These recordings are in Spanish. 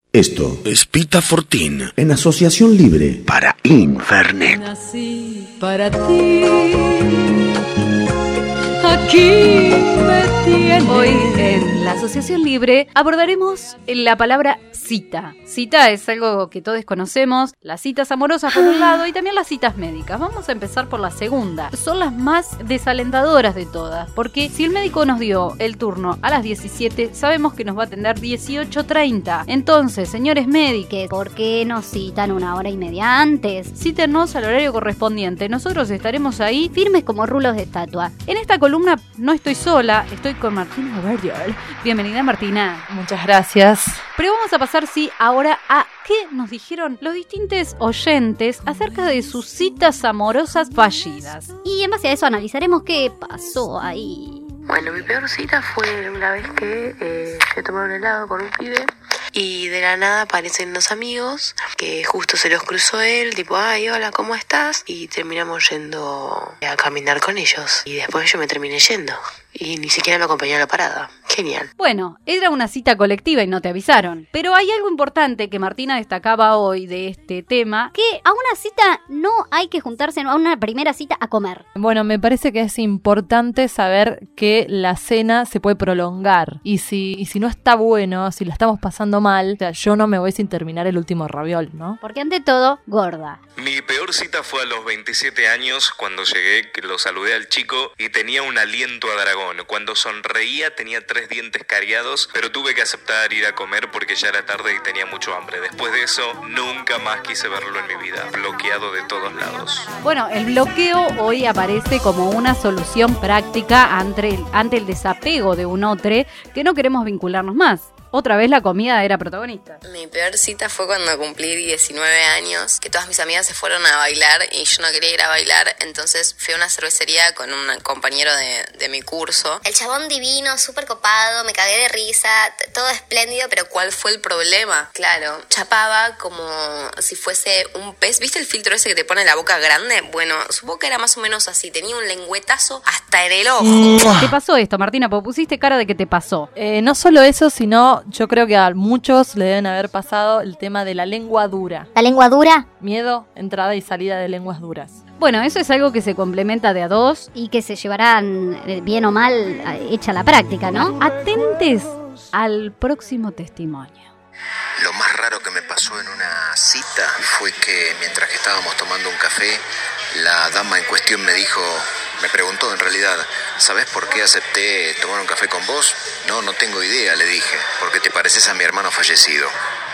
Esto es Pita Fortín, en asociación libre para Infernet. Nací para ti, aquí me tienes. Hoy en la Asociación Libre abordaremos la palabra cita. Cita es algo que todos conocemos, las citas amorosas por un lado y también las citas médicas. Vamos a empezar por la segunda. Son las más desalentadoras de todas, porque si el médico nos dio el turno a las 17, sabemos que nos va a atender 18:30. Entonces, señores médicos, ¿por qué nos citan una hora y media antes? Cítenos al horario correspondiente. Nosotros estaremos ahí firmes como rulos de estatua. En esta columna no estoy sola, estoy con Martina Verdier. Bienvenida, Martina. Muchas gracias. Pero vamos a pasar, ahora a qué nos dijeron los distintos oyentes acerca de sus citas amorosas fallidas. Y en base a eso analizaremos qué pasó ahí. Bueno, mi peor cita fue una vez que fui a tomar un helado con un pibe y de la nada aparecen dos amigos que justo se los cruzó él, tipo, ay, hola, ¿cómo estás? Y terminamos yendo a caminar con ellos y después yo me terminé yendo y ni siquiera me acompañó a la parada. Genial. Bueno, era una cita colectiva y no te avisaron. Pero hay algo importante que Martina destacaba hoy de este tema. Que a una cita no hay que juntarse, a una primera cita a comer. Bueno, me parece que es importante saber que la cena se puede prolongar. Y si no está bueno, si la estamos pasando mal, o sea, yo no me voy sin terminar el último raviol, ¿no? Porque ante todo, gorda. Mi peor cita fue a los 27 años, cuando llegué, que lo saludé al chico y tenía un aliento a dragón. Cuando sonreía tenía 3 dientes cariados, pero tuve que aceptar ir a comer porque ya era tarde y tenía mucho hambre. Después de eso, nunca más quise verlo en mi vida, bloqueado de todos lados. Bueno, el bloqueo hoy aparece como una solución práctica ante el desapego de un otro que no queremos vincularnos más. Otra vez la comida era protagonista. Mi peor cita fue cuando cumplí 19 años, que todas mis amigas se fueron a bailar y yo no quería ir a bailar, entonces fui a una cervecería con un compañero de mi curso. El chabón divino, súper copado, me cagué de risa, todo espléndido, pero ¿cuál fue el problema? Claro, chapaba como si fuese un pez. ¿Viste el filtro ese que te pone la boca grande? Bueno, su boca era más o menos así, tenía un lengüetazo hasta en el ojo. ¿Te pasó esto, Martina? Porque pusiste cara de que te pasó. No solo eso, sino yo creo que a muchos le deben haber pasado el tema de la lengua dura. ¿La lengua dura? Miedo, entrada y salida de lenguas duras. Bueno, eso es algo que se complementa de a dos. Y que se llevarán bien o mal hecha la práctica, ¿no? Atentes al próximo testimonio. Lo más raro que me pasó en una cita fue que mientras que estábamos tomando un café, la dama en cuestión me preguntó en realidad, ¿sabés por qué acepté tomar un café con vos? No tengo idea, le dije, porque te pareces a mi hermano fallecido.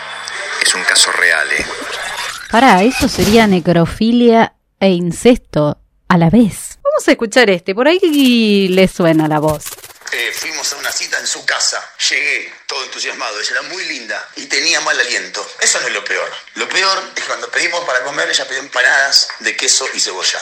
Es un caso real, Pará, eso sería necrofilia e incesto a la vez. Vamos a escuchar por ahí le suena la voz. Fuimos a una cita en su casa. Llegué todo entusiasmado, ella era muy linda y tenía mal aliento. Eso no es lo peor. Lo peor es que cuando pedimos para comer, ella pidió empanadas de queso y cebolla.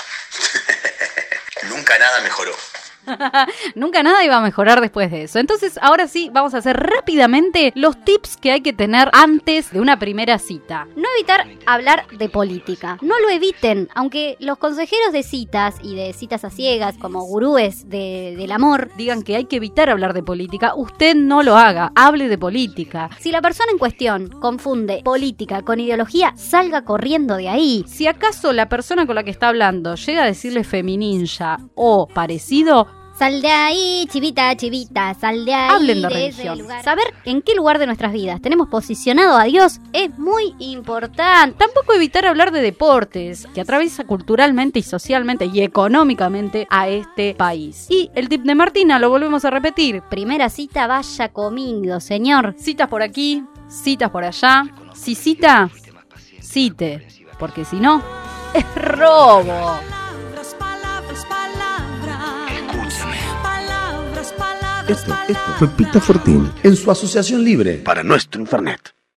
Nunca nada mejoró. Nunca nada iba a mejorar después de eso. Entonces, ahora sí, vamos a hacer rápidamente los tips que hay que tener antes de una primera cita. No evitar hablar de política. No lo eviten, aunque los consejeros de citas y de citas a ciegas, como gurúes del amor, digan que hay que evitar hablar de política, usted no lo haga, hable de política. Si la persona en cuestión confunde política con ideología, salga corriendo de ahí. Si acaso la persona con la que está hablando llega a decirle femininja o parecido, sal de ahí, chivita, sal de ahí. Hablen de religión. Saber en qué lugar de nuestras vidas tenemos posicionado a Dios es muy importante. Tampoco evitar hablar de deportes, que atraviesa culturalmente y socialmente y económicamente a este país. Y el tip de Martina, lo volvemos a repetir. Primera cita, vaya comido, señor. Citas por aquí, citas por allá. Si cita, cite, porque si no, es robo. Esto fue Pita Fortín en su asociación libre para nuestro Infernet.